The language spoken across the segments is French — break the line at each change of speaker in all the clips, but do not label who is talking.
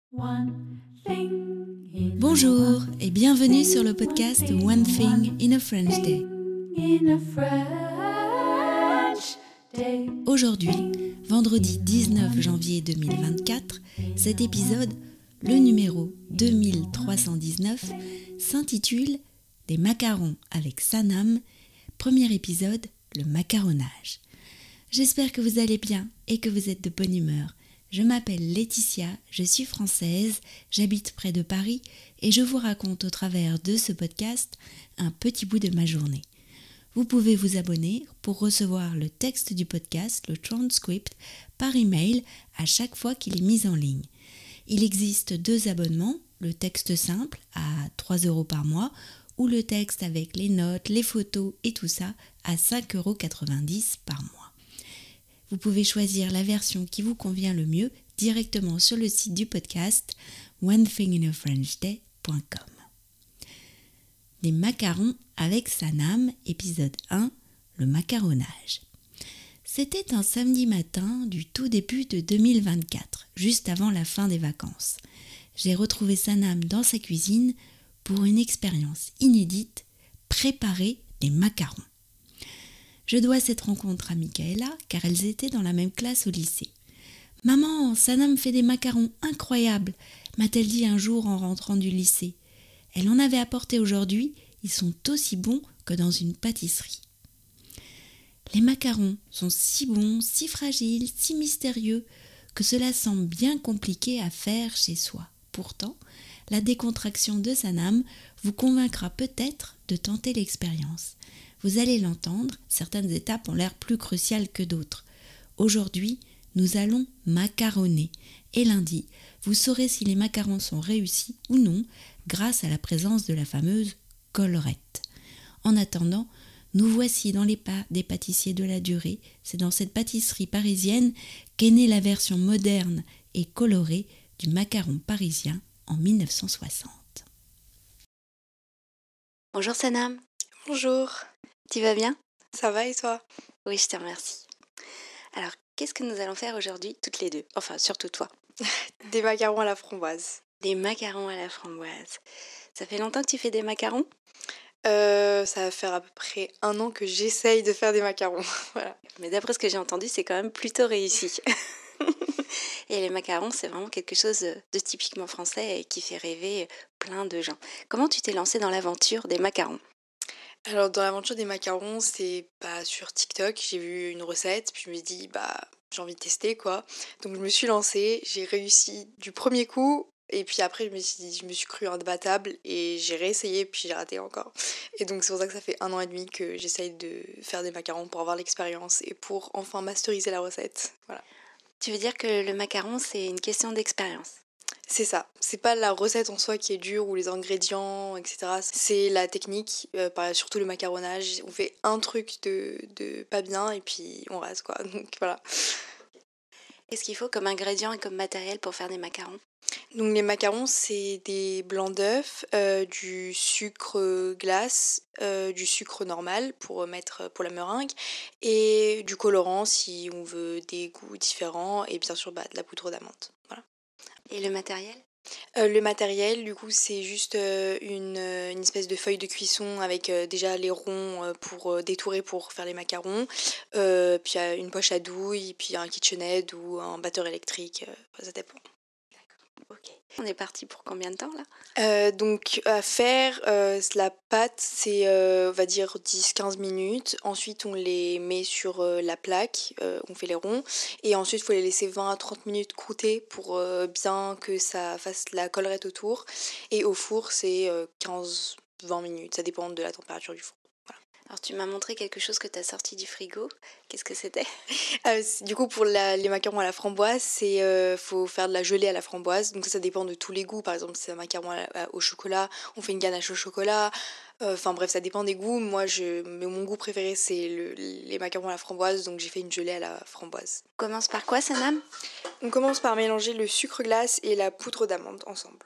Bonjour et bienvenue sur le podcast One Thing in a French Day. Aujourd'hui, vendredi 19 janvier 2024, cet épisode, le numéro 2319, s'intitule « Des macarons avec Sanam », premier épisode, le macaronnage. J'espère que vous allez bien et que vous êtes de bonne humeur. Je m'appelle Laetitia, je suis française, j'habite près de Paris et je vous raconte au travers de ce podcast un petit bout de ma journée. Vous pouvez vous abonner pour recevoir le texte du podcast, le transcript, par email à chaque fois qu'il est mis en ligne. Il existe 2 abonnements, le texte simple à 3 € par mois ou le texte avec les notes, les photos et tout ça à 5,90 € par mois. Vous pouvez choisir la version qui vous convient le mieux directement sur le site du podcast onethinginafrenchday.com. Les macarons avec Sanam, épisode 1, le macaronnage. C'était un samedi matin du tout début de 2024, juste avant la fin des vacances. J'ai retrouvé Sanam dans sa cuisine pour une expérience inédite, préparer des macarons. Je dois cette rencontre à Michaela car elles étaient dans la même classe au lycée. « Maman, Sanam fait des macarons incroyables !» m'a-t-elle dit un jour en rentrant du lycée. Elle en avait apporté aujourd'hui, ils sont aussi bons que dans une pâtisserie. Les macarons sont si bons, si fragiles, si mystérieux que cela semble bien compliqué à faire chez soi. Pourtant, la décontraction de Sanam vous convaincra peut-être de tenter l'expérience. Vous allez l'entendre, certaines étapes ont l'air plus cruciales que d'autres. Aujourd'hui, nous allons macaronner. Et lundi, vous saurez si les macarons sont réussis ou non grâce à la présence de la fameuse collerette. En attendant, nous voici dans les pas des pâtissiers de la durée. C'est dans cette pâtisserie parisienne qu'est née la version moderne et colorée du macaron parisien en 1960. Bonjour Sanam.
Bonjour,
Tu vas bien ?
ça va et toi ?
Oui, je te remercie. Alors, qu'est-ce que nous allons faire aujourd'hui, toutes les deux ? Enfin, surtout toi.
Des macarons à la framboise.
Des macarons à la framboise. Ça fait longtemps que tu fais des macarons ?
Ça va faire à peu près 1 an que j'essaye de faire des macarons. Voilà.
Mais d'après ce que j'ai entendu, c'est quand même plutôt réussi. Et les macarons, c'est vraiment quelque chose de typiquement français et qui fait rêver plein de gens. Comment tu t'es lancée dans l'aventure des macarons ?
Alors dans l'aventure des macarons, c'est sur TikTok, j'ai vu une recette, puis je me suis dit j'ai envie de tester quoi. Donc je me suis lancée, j'ai réussi du premier coup. Et puis après, je me suis crue imbattable et j'ai réessayé, puis j'ai raté encore. Et donc c'est pour ça que ça fait 1 an et demi que j'essaye de faire des macarons pour avoir l'expérience et pour enfin masteriser la recette. Voilà.
Tu veux dire que le macaron, c'est une question d'expérience ?
C'est ça, c'est pas la recette en soi qui est dure ou les ingrédients, etc. C'est la technique, surtout le macaronnage. On fait un truc de pas bien et puis on rase quoi. Donc voilà.
Qu'est-ce qu'il faut comme ingrédient et comme matériel pour faire des macarons ?
Donc les macarons, c'est des blancs d'œufs, du sucre glace, du sucre normal pour mettre pour la meringue et du colorant si on veut des goûts différents et bien sûr de la poudre d'amande. Voilà.
Et le matériel ?
Le matériel, du coup, c'est juste une espèce de feuille de cuisson avec déjà les ronds pour détourer pour faire les macarons, puis une poche à douille, puis un KitchenAid ou un batteur électrique, ça dépend.
Ok. On est parti pour combien de temps là ?
Donc à faire, la pâte, c'est on va dire 10-15 minutes. Ensuite, on les met sur la plaque, on fait les ronds. Et ensuite, il faut les laisser 20 à 30 minutes croûter pour bien que ça fasse la collerette autour. Et au four, c'est 15-20 minutes. Ça dépend de la température du four.
Alors tu m'as montré quelque chose que tu as sorti du frigo. Qu'est-ce que c'était ?
Du coup, pour les macarons à la framboise, faut faire de la gelée à la framboise. Donc ça dépend de tous les goûts. Par exemple, c'est un macaron au chocolat, on fait une ganache au chocolat. Enfin bref, ça dépend des goûts. Mais mon goût préféré, c'est les macarons à la framboise. Donc j'ai fait une gelée à la framboise.
On commence par quoi, Sanam ?
On commence par mélanger le sucre glace et la poudre d'amande ensemble.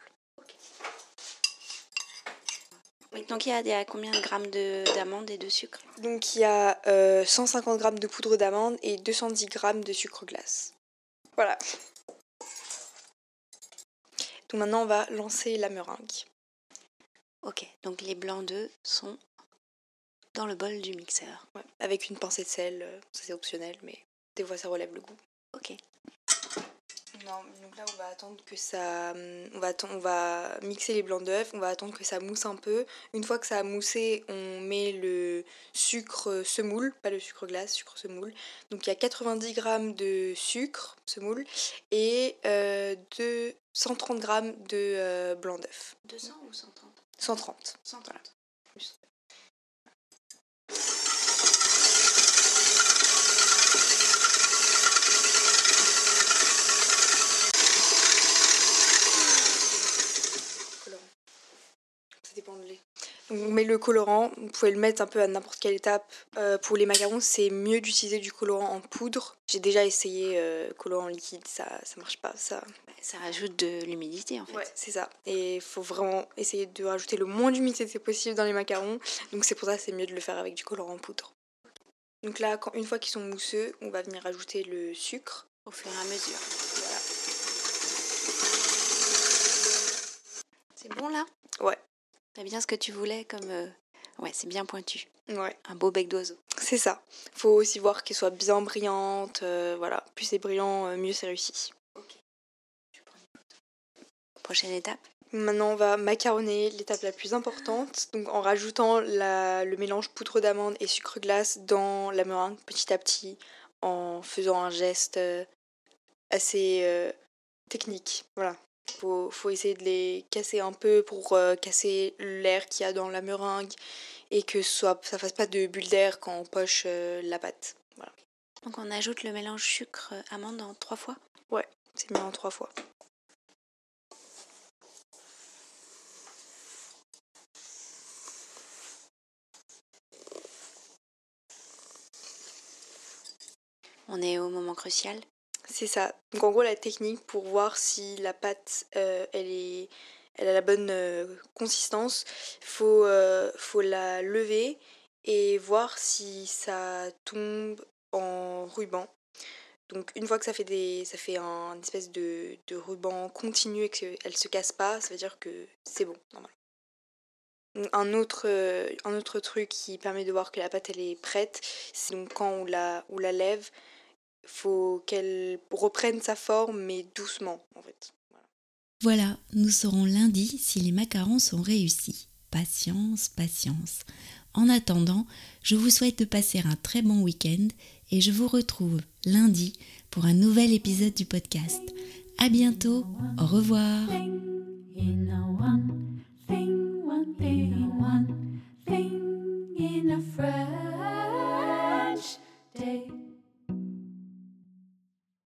Oui, donc il y a combien de grammes d'amandes et de sucre ?
Donc il y a 150 grammes de poudre d'amande et 210 grammes de sucre glace. Voilà. Donc maintenant on va lancer la meringue.
Ok, donc les blancs d'œufs sont dans le bol du mixeur.
Ouais, avec une pincée de sel, ça c'est optionnel, mais des fois ça relève le goût.
Ok.
Non, donc là on va attendre que ça... on va mixer les blancs d'œufs, on va attendre que ça mousse un peu. Une fois que ça a moussé, on met le sucre semoule, pas le sucre glace, sucre semoule. Donc il y a 90 grammes de sucre semoule et 130 grammes de blanc d'œuf.
200 ou 130?
130.
130.
Voilà. Plus. Colorant. Ça dépend de lait. Donc on met le colorant, vous pouvez le mettre un peu à n'importe quelle étape. Pour les macarons, c'est mieux d'utiliser du colorant en poudre. J'ai déjà essayé colorant liquide, ça marche pas. Ça
rajoute de l'humidité en fait.
Ouais, c'est ça. Et il faut vraiment essayer de rajouter le moins d'humidité possible dans les macarons. Donc c'est pour ça que c'est mieux de le faire avec du colorant en poudre. Donc là, une fois qu'ils sont mousseux, on va venir ajouter le sucre.
Au fur et à mesure.
Voilà.
C'est bon là?
Ouais.
T'as bien ce que tu voulais comme... Ouais, c'est bien pointu.
Ouais.
Un beau bec d'oiseau.
C'est ça. Faut aussi voir qu'elle soit bien brillante. Voilà. Plus c'est brillant, mieux c'est réussi.
Ok. Je prends une photo. Prochaine étape?
Maintenant, on va macaronner, l'étape la plus importante. Donc en rajoutant le mélange poudre d'amande et sucre glace dans la meringue petit à petit, en faisant un geste assez technique. Voilà. Faut essayer de les casser un peu pour casser l'air qu'il y a dans la meringue et que ça fasse pas de bulles d'air quand on poche la pâte. Voilà.
Donc on ajoute le mélange sucre-amande en 3 fois?
Ouais, c'est mis en 3 fois.
On est au moment crucial.
C'est ça. Donc en gros la technique pour voir si la pâte elle a la bonne consistance, faut la lever et voir si ça tombe en ruban. Donc une fois que ça fait un espèce de ruban continu et qu'elle se casse pas, ça veut dire que c'est bon, normal. Un autre truc qui permet de voir que la pâte elle est prête, c'est donc quand on la lève, faut qu'elle reprenne sa forme, mais doucement, en fait.
Voilà, nous saurons lundi si les macarons sont réussis. Patience, patience. En attendant, je vous souhaite de passer un très bon week-end et je vous retrouve lundi pour un nouvel épisode du podcast. À bientôt, au revoir. One thing in a